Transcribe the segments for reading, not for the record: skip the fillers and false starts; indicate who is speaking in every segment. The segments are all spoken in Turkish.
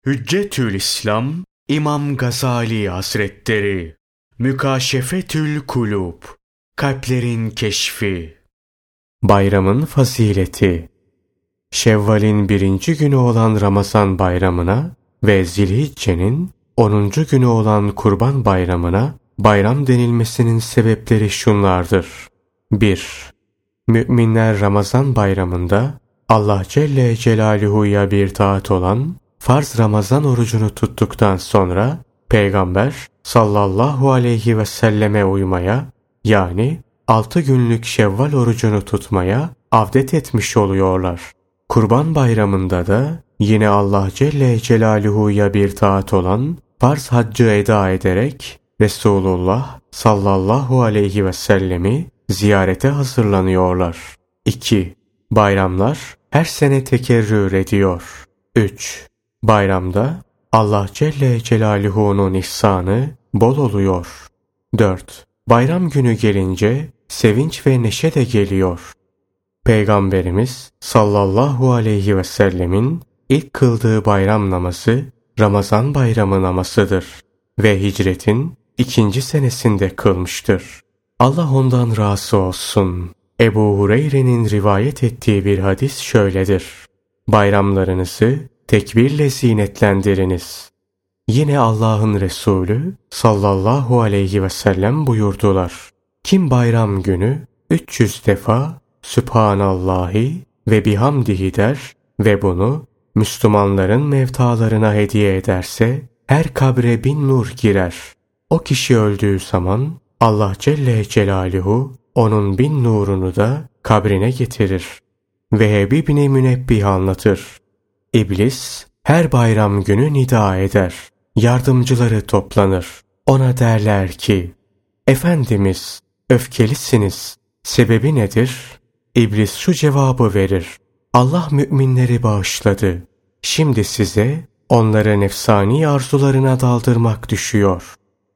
Speaker 1: Hüccetül İslam İmam Gazali Hazretleri Mükaşefetül Kulub Kalplerin Keşfi. Bayramın Fazileti. Şevval'in 1. günü olan Ramazan bayramına ve Zilhicce'nin 10. günü olan Kurban bayramına bayram denilmesinin sebepleri şunlardır. 1. Müminler Ramazan bayramında Allah Celle Celaluhu'ya bir taat olan farz Ramazan orucunu tuttuktan sonra Peygamber sallallahu aleyhi ve selleme uymaya, yani 6 günlük Şevval orucunu tutmaya avdet etmiş oluyorlar. Kurban bayramında da yine Allah Celle Celaluhu'ya bir taat olan farz haccı eda ederek Resulullah sallallahu aleyhi ve sellemi ziyarete hazırlanıyorlar. 2. Bayramlar her sene tekerrür ediyor. 3. Bayramda Allah Celle Celaluhu'nun ihsanı bol oluyor. 4. Bayram günü gelince sevinç ve neşe de geliyor. Peygamberimiz sallallahu aleyhi ve sellemin ilk kıldığı bayram namazı Ramazan bayramı namazıdır ve hicretin 2. senesinde kılmıştır. Allah ondan razı olsun. Ebu Hureyre'nin rivayet ettiği bir hadis şöyledir. Bayramlarınızı tekbirle zinetlendiriniz. Yine Allah'ın Resulü sallallahu aleyhi ve sellem buyurdular. Kim bayram günü 300 defa Sübhanallahi ve bihamdihi der ve bunu Müslümanların mevtalarına hediye ederse her kabre 1000 nur girer. O kişi öldüğü zaman Allah Celle Celaluhu onun 1000 nurunu da kabrine getirir. Veheb İbni Münebbih anlatır. İblis her bayram günü nida eder. Yardımcıları toplanır. Ona derler ki, Efendimiz, öfkelisiniz. Sebebi nedir? İblis şu cevabı verir. Allah müminleri bağışladı. Şimdi size onları nefsani arzularına daldırmak düşüyor.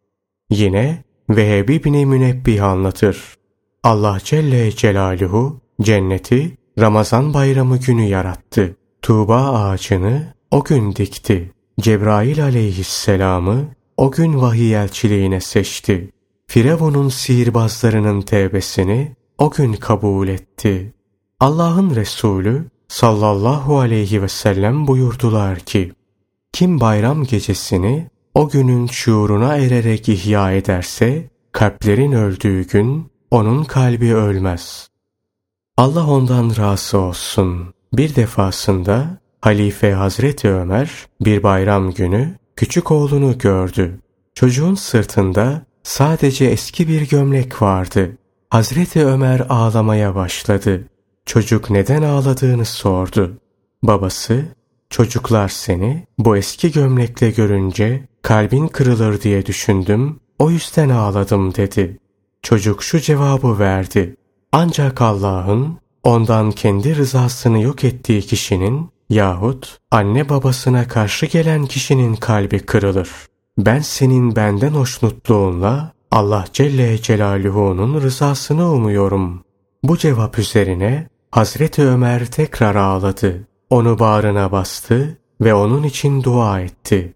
Speaker 1: Yine Veheb İbni Münebbih anlatır. Allah Celle Celaluhu cenneti Ramazan bayramı günü yarattı. Tuğba ağacını o gün dikti. Cebrail aleyhisselamı o gün vahiy elçiliğine seçti. Firavun'un sihirbazlarının tevbesini o gün kabul etti. Allah'ın Resulü sallallahu aleyhi ve sellem buyurdular ki, kim bayram gecesini o günün şuuruna ererek ihya ederse, kalplerin öldüğü gün onun kalbi ölmez. Allah ondan razı olsun. Bir defasında Halife Hazreti Ömer bir bayram günü küçük oğlunu gördü. Çocuğun sırtında sadece eski bir gömlek vardı. Hazreti Ömer ağlamaya başladı. Çocuk neden ağladığını sordu. Babası, çocuklar seni bu eski gömlekle görünce kalbin kırılır diye düşündüm, o yüzden ağladım dedi. Çocuk şu cevabı verdi. Ancak Allah'ın ondan kendi rızasını yok ettiği kişinin yahut anne babasına karşı gelen kişinin kalbi kırılır. Ben senin benden hoşnutluğunla Allah Celle Celaluhu'nun rızasını umuyorum. Bu cevap üzerine Hazreti Ömer tekrar ağladı. Onu bağrına bastı ve onun için dua etti.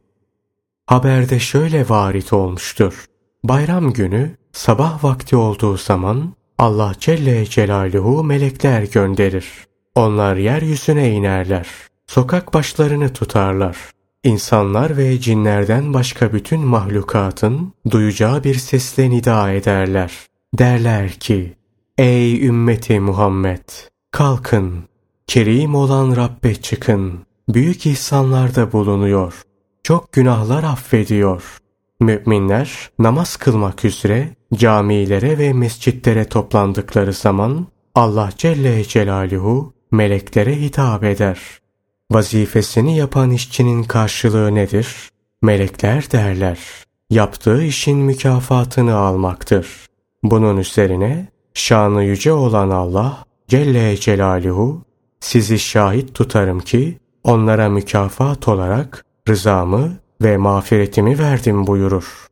Speaker 1: Haberde şöyle varit olmuştur. Bayram günü sabah vakti olduğu zaman Allah Celle Celaluhu melekler gönderir. Onlar yeryüzüne inerler. Sokak başlarını tutarlar. İnsanlar ve cinlerden başka bütün mahlukatın duyacağı bir sesle nida ederler. Derler ki, ey ümmeti Muhammed! Kalkın, kerim olan Rabbe çıkın. Büyük ihsanlarda bulunuyor. Çok günahlar affediyor. Müminler namaz kılmak üzere camilere ve mescitlere toplandıkları zaman Allah Celle Celaluhu meleklere hitap eder. Vazifesini yapan işçinin karşılığı nedir? Melekler derler. Yaptığı işin mükafatını almaktır. Bunun üzerine şanı yüce olan Allah Celle Celaluhu, sizi şahit tutarım ki onlara mükafat olarak rızamı ve mağfiretimi verdim buyurur.